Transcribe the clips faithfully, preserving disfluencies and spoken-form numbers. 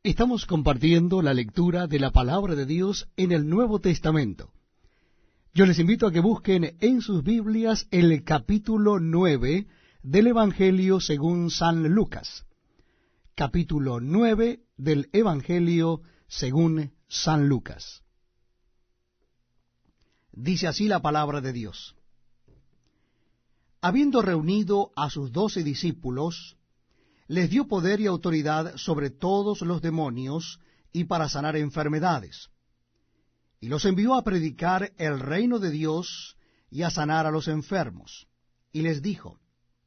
Estamos compartiendo la lectura de la Palabra de Dios en el Nuevo Testamento. Yo les invito a que busquen en sus Biblias el capítulo nueve del Evangelio según San Lucas. Capítulo nueve del Evangelio según San Lucas. Dice así la Palabra de Dios. Habiendo reunido a sus doce discípulos, les dio poder y autoridad sobre todos los demonios y para sanar enfermedades. Y los envió a predicar el reino de Dios y a sanar a los enfermos. Y les dijo,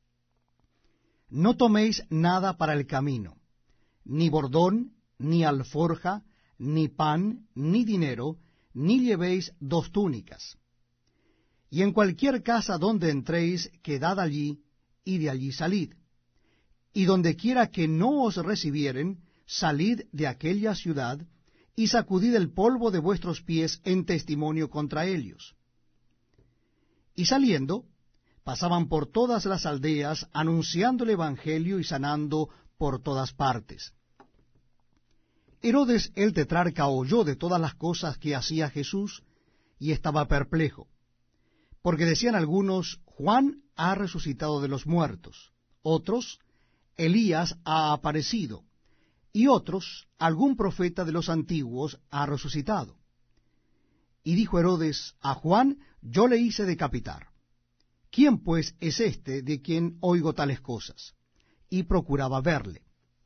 no toméis nada para el camino, ni bordón, ni alforja, ni pan, ni dinero, ni llevéis dos túnicas. Y en cualquier casa donde entréis, quedad allí, y de allí salid. Y donde quiera que no os recibieren, salid de aquella ciudad, y sacudid el polvo de vuestros pies en testimonio contra ellos. Y saliendo, pasaban por todas las aldeas, anunciando el Evangelio y sanando por todas partes. Herodes el tetrarca oyó de todas las cosas que hacía Jesús, y estaba perplejo, porque decían algunos, Juan ha resucitado de los muertos, otros, Elías ha aparecido, y otros, algún profeta de los antiguos ha resucitado. Y dijo Herodes a Juan, yo le hice decapitar. ¿Quién pues es este de quien oigo tales cosas? Y procuraba verle.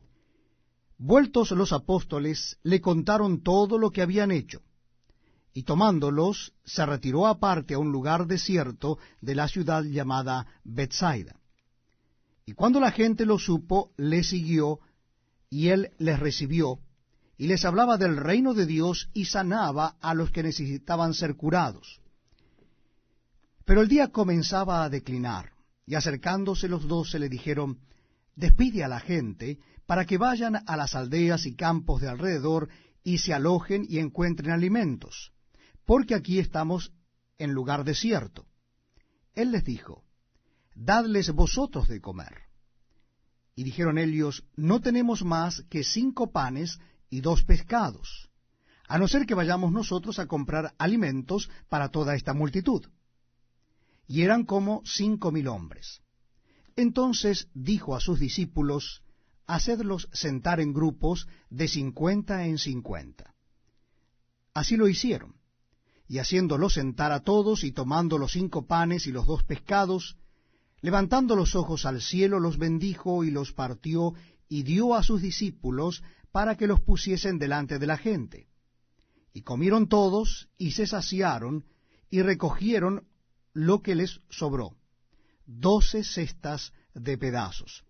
Vueltos los apóstoles, le contaron todo lo que habían hecho, y tomándolos, se retiró aparte a un lugar desierto de la ciudad llamada Betsaida. Y cuando la gente lo supo, le siguió, y él les recibió, y les hablaba del reino de Dios, y sanaba a los que necesitaban ser curados. Pero el día comenzaba a declinar, y acercándose los doce le dijeron, despide a la gente, para que vayan a las aldeas y campos de alrededor, y se alojen y encuentren alimentos, porque aquí estamos en lugar desierto. Él les dijo, dadles vosotros de comer. Y dijeron ellos, no tenemos más que cinco panes y dos pescados, a no ser que vayamos nosotros a comprar alimentos para toda esta multitud. Y eran como cinco mil hombres. Entonces dijo a sus discípulos, hacedlos sentar en grupos de cincuenta en cincuenta. Así lo hicieron, y haciéndolos sentar a todos, y tomando los cinco panes y los dos pescados, levantando los ojos al cielo, los bendijo y los partió, y dio a sus discípulos para que los pusiesen delante de la gente. Y comieron todos, y se saciaron, y recogieron lo que les sobró, doce cestas de pedazos.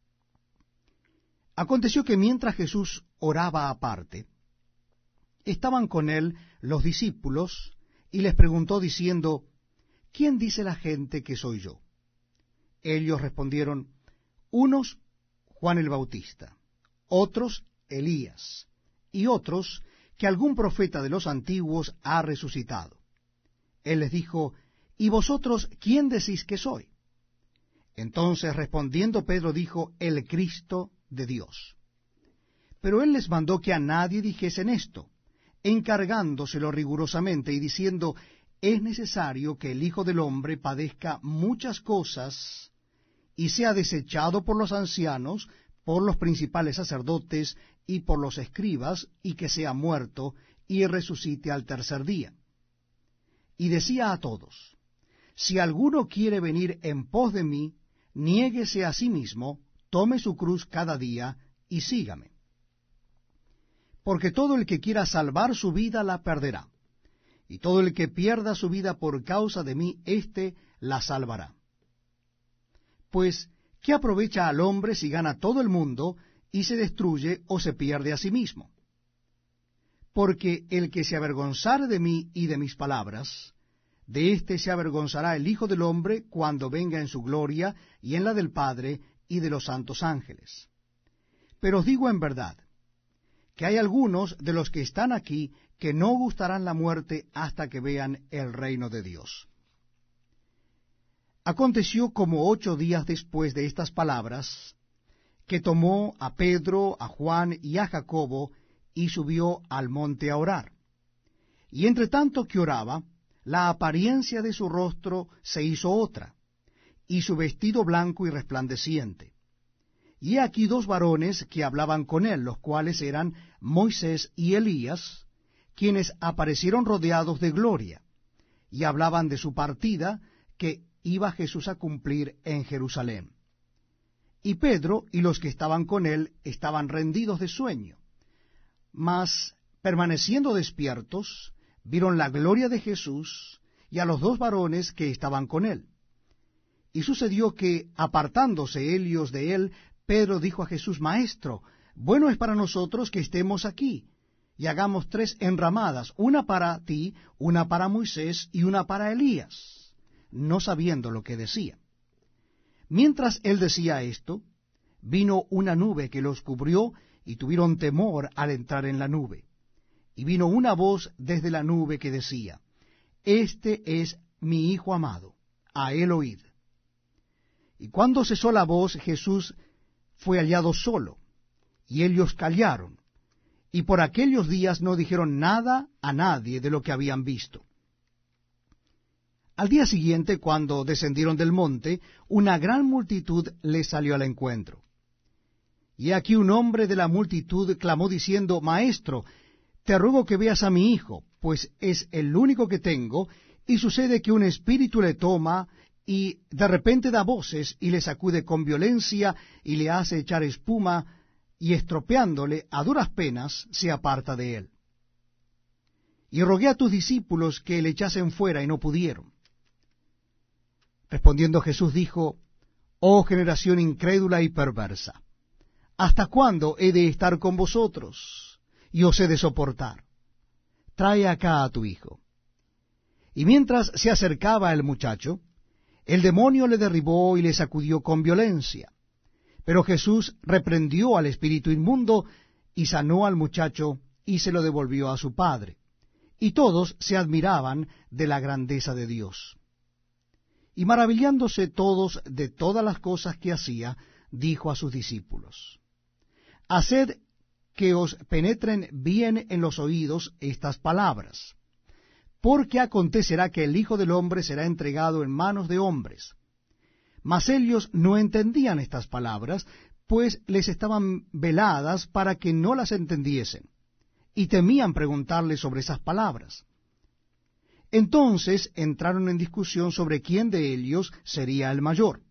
Aconteció que mientras Jesús oraba aparte, estaban con él los discípulos, y les preguntó diciendo, ¿quién dice la gente que soy yo? Ellos respondieron, unos Juan el Bautista, otros Elías, y otros que algún profeta de los antiguos ha resucitado. Él les dijo, ¿y vosotros quién decís que soy? Entonces respondiendo Pedro dijo, el Cristo de Dios. Pero él les mandó que a nadie dijesen esto, encargándoselo rigurosamente y diciendo, es necesario que el Hijo del Hombre padezca muchas cosas y sea desechado por los ancianos, por los principales sacerdotes y por los escribas, y que sea muerto y resucite al tercer día. Y decía a todos, si alguno quiere venir en pos de mí, niéguese a sí mismo, tome su cruz cada día y sígame. Porque todo el que quiera salvar su vida la perderá, y todo el que pierda su vida por causa de mí, éste la salvará. Pues, ¿qué aprovecha al hombre si gana todo el mundo y se destruye o se pierde a sí mismo? Porque el que se avergonzare de mí y de mis palabras, de éste se avergonzará el Hijo del Hombre cuando venga en su gloria y en la del Padre y de los santos ángeles. Pero os digo en verdad, que hay algunos de los que están aquí que no gustarán la muerte hasta que vean el reino de Dios. Aconteció como ocho días después de estas palabras, que tomó a Pedro, a Juan y a Jacobo, y subió al monte a orar. Y entre tanto que oraba, la apariencia de su rostro se hizo otra, y su vestido blanco y resplandeciente. Y he aquí dos varones que hablaban con él, los cuales eran Moisés y Elías, quienes aparecieron rodeados de gloria, y hablaban de su partida que iba Jesús a cumplir en Jerusalén. Y Pedro y los que estaban con él estaban rendidos de sueño, mas permaneciendo despiertos, vieron la gloria de Jesús y a los dos varones que estaban con él. Y sucedió que, apartándose ellos de él, Pedro dijo a Jesús: Maestro, bueno es para nosotros que estemos aquí, y hagamos tres enramadas, una para ti, una para Moisés y una para Elías, no sabiendo lo que decía. Mientras él decía esto, vino una nube que los cubrió, y tuvieron temor al entrar en la nube. Y vino una voz desde la nube que decía: Este es mi Hijo amado, a él oíd. Y cuando cesó la voz, Jesús fue hallado solo, y ellos callaron, y por aquellos días no dijeron nada a nadie de lo que habían visto. Al día siguiente, cuando descendieron del monte, una gran multitud les salió al encuentro. Y aquí un hombre de la multitud clamó diciendo: Maestro, te ruego que veas a mi hijo, pues es el único que tengo, y sucede que un espíritu le toma, y de repente da voces, y le sacude con violencia, y le hace echar espuma, y estropeándole a duras penas, se aparta de él. Y rogué a tus discípulos que le echasen fuera, y no pudieron. Respondiendo Jesús dijo: Oh generación incrédula y perversa, ¿hasta cuándo he de estar con vosotros, y os he de soportar? Trae acá a tu hijo. Y mientras se acercaba el muchacho, el demonio le derribó y le sacudió con violencia. Pero Jesús reprendió al espíritu inmundo, y sanó al muchacho, y se lo devolvió a su padre. Y todos se admiraban de la grandeza de Dios. Y maravillándose todos de todas las cosas que hacía, dijo a sus discípulos: Haced que os penetren bien en los oídos estas palabras, porque acontecerá que el Hijo del Hombre será entregado en manos de hombres. Mas ellos no entendían estas palabras, pues les estaban veladas para que no las entendiesen, y temían preguntarle sobre esas palabras. Entonces entraron en discusión sobre quién de ellos sería el mayor.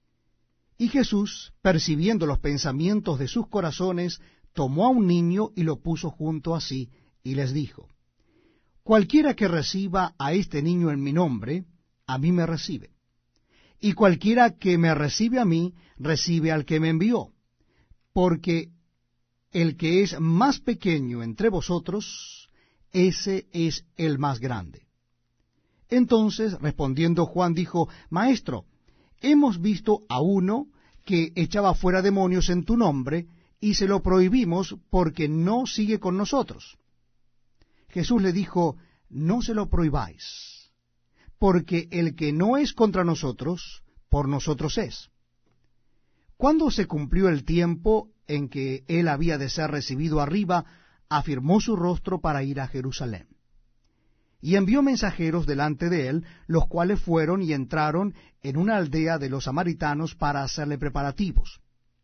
Y Jesús, percibiendo los pensamientos de sus corazones, tomó a un niño y lo puso junto a sí, y les dijo: Cualquiera que reciba a este niño en mi nombre, a mí me recibe. Y cualquiera que me recibe a mí, recibe al que me envió. Porque el que es más pequeño entre vosotros, ese es el más grande. Entonces, respondiendo Juan, dijo: Maestro, hemos visto a uno que echaba fuera demonios en tu nombre, y se lo prohibimos porque no sigue con nosotros. Jesús le dijo: No se lo prohibáis, porque el que no es contra nosotros, por nosotros es. Cuando se cumplió el tiempo en que él había de ser recibido arriba, afirmó su rostro para ir a Jerusalén. Y envió mensajeros delante de él, los cuales fueron y entraron en una aldea de los samaritanos para hacerle preparativos.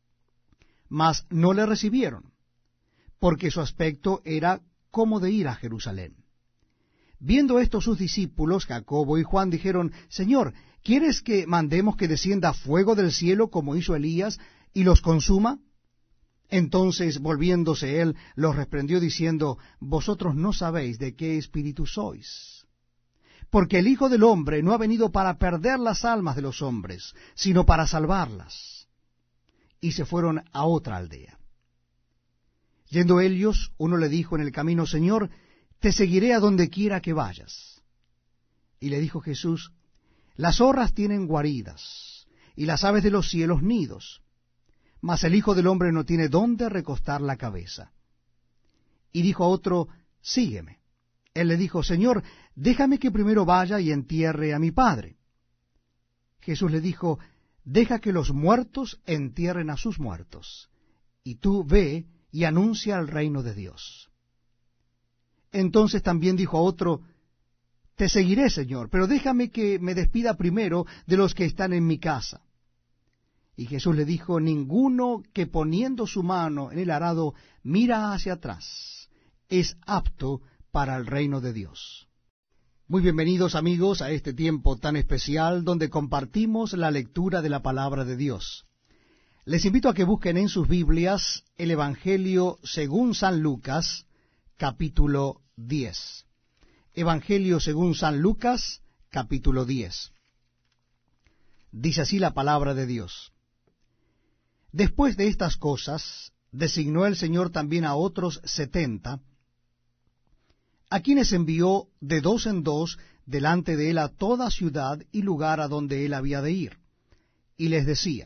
Mas no le recibieron, porque su aspecto era como de ir a Jerusalén. Viendo esto sus discípulos, Jacobo y Juan, dijeron: Señor, ¿quieres que mandemos que descienda fuego del cielo como hizo Elías y los consuma? Entonces, volviéndose él, los reprendió diciendo: Vosotros no sabéis de qué espíritu sois, porque el Hijo del Hombre no ha venido para perder las almas de los hombres, sino para salvarlas. Y se fueron a otra aldea. Yendo ellos, uno le dijo en el camino: Señor, te seguiré a donde quiera que vayas. Y le dijo Jesús: Las zorras tienen guaridas, y las aves de los cielos nidos, mas el Hijo del Hombre no tiene dónde recostar la cabeza. Y dijo a otro: Sígueme. Él le dijo: Señor, déjame que primero vaya y entierre a mi padre. Jesús le dijo: deja que los muertos entierren a sus muertos, y tú ve y anuncia el reino de Dios. Entonces también dijo a otro, te seguiré, Señor, pero déjame que me despida primero de los que están en mi casa. Y Jesús le dijo, ninguno que poniendo su mano en el arado mira hacia atrás, es apto para el reino de Dios. Muy bienvenidos, amigos, a este tiempo tan especial donde compartimos la lectura de la palabra de Dios. Les invito a que busquen en sus Biblias el Evangelio según San Lucas, capítulo diez. Evangelio según San Lucas, capítulo diez. Dice así la palabra de Dios. Después de estas cosas, designó el Señor también a otros setenta, a quienes envió de dos en dos delante de él a toda ciudad y lugar a donde él había de ir. Y les decía,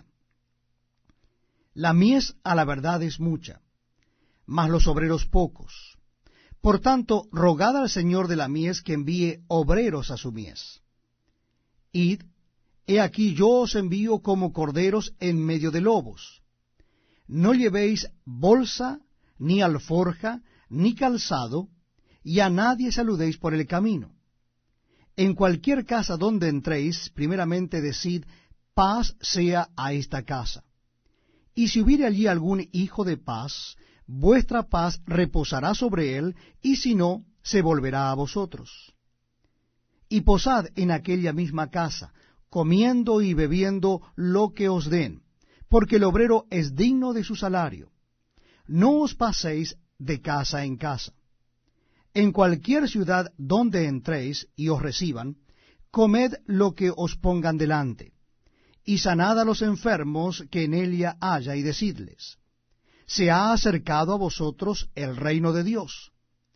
la mies a la verdad es mucha, mas los obreros pocos. Por tanto, rogad al Señor de la mies que envíe obreros a su mies. Id, he aquí yo os envío como corderos en medio de lobos. No llevéis bolsa, ni alforja, ni calzado, y a nadie saludéis por el camino. En cualquier casa donde entréis, primeramente decid, paz sea a esta casa. Y si hubiere allí algún hijo de paz, vuestra paz reposará sobre él, y si no, se volverá a vosotros. Y posad en aquella misma casa, comiendo y bebiendo lo que os den, porque el obrero es digno de su salario. No os paséis de casa en casa. En cualquier ciudad donde entréis y os reciban, comed lo que os pongan delante, y sanad a los enfermos que en ella haya, y decidles, se ha acercado a vosotros el reino de Dios.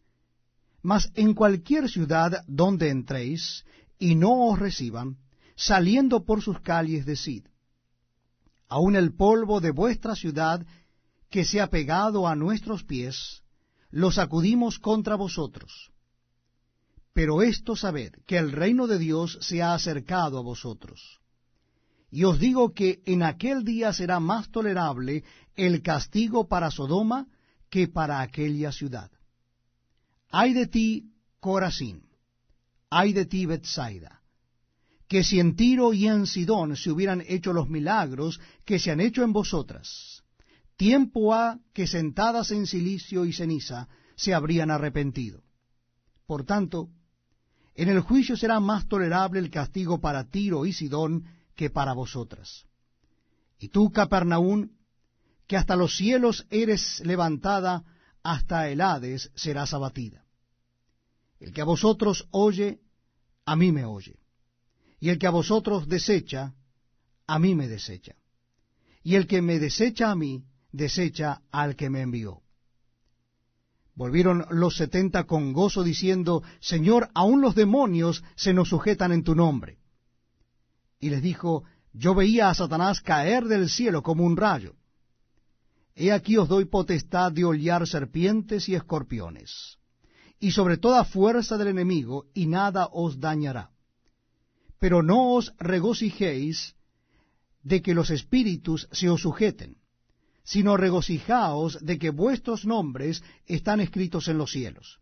Mas en cualquier ciudad donde entréis y no os reciban, saliendo por sus calles decid, aun el polvo de vuestra ciudad que se ha pegado a nuestros pies, lo sacudimos contra vosotros. Pero esto sabed, que el reino de Dios se ha acercado a vosotros. Y os digo que en aquel día será más tolerable el castigo para Sodoma que para aquella ciudad. Ay de ti, Corazín, ay de ti, Betsaida, que si en Tiro y en Sidón se hubieran hecho los milagros que se han hecho en vosotras, tiempo ha que sentadas en cilicio y ceniza se habrían arrepentido. Por tanto, en el juicio será más tolerable el castigo para Tiro y Sidón que para vosotras. Y tú, Capernaún, que hasta los cielos eres levantada, hasta el Hades serás abatida. El que a vosotros oye, a mí me oye. Y el que a vosotros desecha, a mí me desecha. Y el que me desecha a mí, desecha al que me envió. Volvieron los setenta con gozo diciendo, Señor, aun los demonios se nos sujetan en tu nombre. Y les dijo, yo veía a Satanás caer del cielo como un rayo. He aquí os doy potestad de hollar serpientes y escorpiones, y sobre toda fuerza del enemigo, y nada os dañará. Pero no os regocijéis de que los espíritus se os sujeten, sino regocijaos de que vuestros nombres están escritos en los cielos.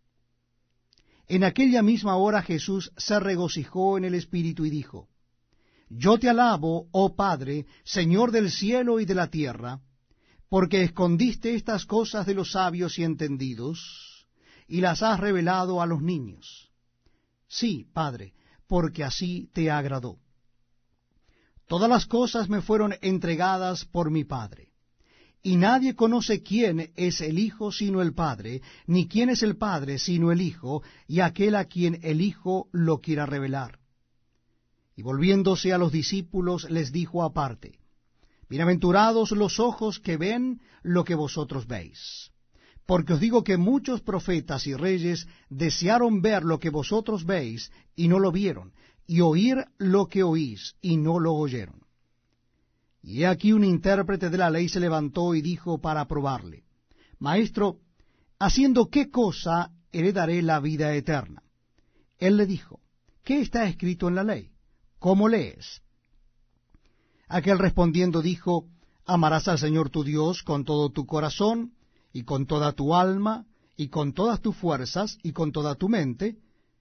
En aquella misma hora Jesús se regocijó en el Espíritu y dijo, Yo te alabo, oh Padre, Señor del cielo y de la tierra, porque escondiste estas cosas de los sabios y entendidos, y las has revelado a los niños. Sí, Padre, porque así te agradó. Todas las cosas me fueron entregadas por mi Padre, y nadie conoce quién es el Hijo sino el Padre, ni quién es el Padre sino el Hijo, y aquel a quien el Hijo lo quiera revelar. Y volviéndose a los discípulos les dijo aparte, Bienaventurados los ojos que ven lo que vosotros veis. Porque os digo que muchos profetas y reyes desearon ver lo que vosotros veis, y no lo vieron, y oír lo que oís, y no lo oyeron. Y he aquí un intérprete de la ley se levantó y dijo para probarle, Maestro, ¿haciendo qué cosa heredaré la vida eterna? Él le dijo, ¿qué está escrito en la ley? ¿Cómo lees? Aquel respondiendo dijo, amarás al Señor tu Dios con todo tu corazón, y con toda tu alma, y con todas tus fuerzas, y con toda tu mente,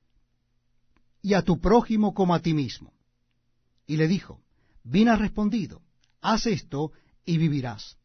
y a tu prójimo como a ti mismo. Y le dijo, bien has respondido, haz esto y vivirás.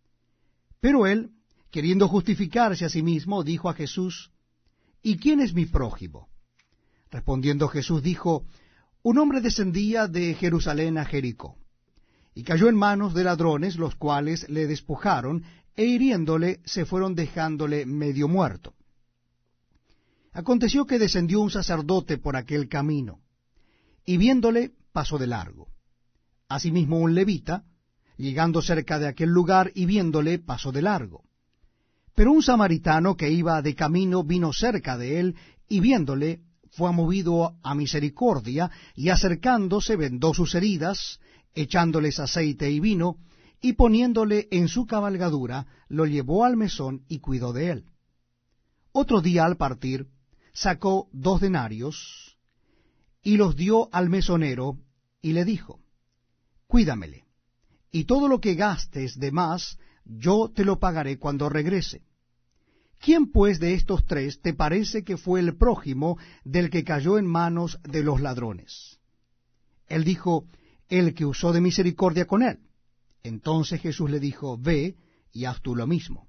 Pero él, queriendo justificarse a sí mismo, dijo a Jesús, ¿y quién es mi prójimo? Respondiendo Jesús dijo, un hombre descendía de Jerusalén a Jericó, y cayó en manos de ladrones, los cuales le despojaron, e hiriéndole se fueron dejándole medio muerto. Aconteció que descendió un sacerdote por aquel camino, y viéndole pasó de largo. Asimismo un levita, llegando cerca de aquel lugar y viéndole pasó de largo. Pero un samaritano que iba de camino vino cerca de él, y viéndole fue movido a misericordia, y acercándose vendó sus heridas, echándoles aceite y vino, y poniéndole en su cabalgadura, lo llevó al mesón y cuidó de él. Otro día al partir, sacó dos denarios, y los dio al mesonero, y le dijo, cuídamele, y todo lo que gastes de más, yo te lo pagaré cuando regrese. ¿Quién pues de estos tres te parece que fue el prójimo del que cayó en manos de los ladrones? Él dijo, el que usó de misericordia con él. Entonces Jesús le dijo, ve y haz tú lo mismo.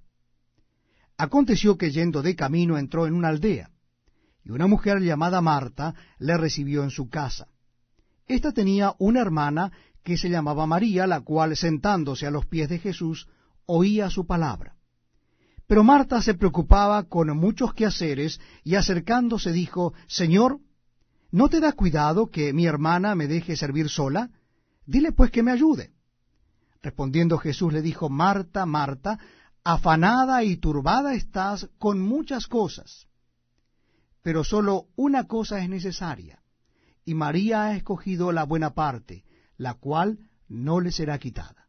Aconteció que yendo de camino entró en una aldea, y una mujer llamada Marta le recibió en su casa. Esta tenía una hermana que se llamaba María, la cual sentándose a los pies de Jesús oía su palabra. Pero Marta se preocupaba con muchos quehaceres, y acercándose dijo, Señor, ¿no te da cuidado que mi hermana me deje servir sola? Dile pues que me ayude. Respondiendo Jesús le dijo, Marta, Marta, afanada y turbada estás con muchas cosas, pero sólo una cosa es necesaria, y María ha escogido la buena parte, la cual no le será quitada.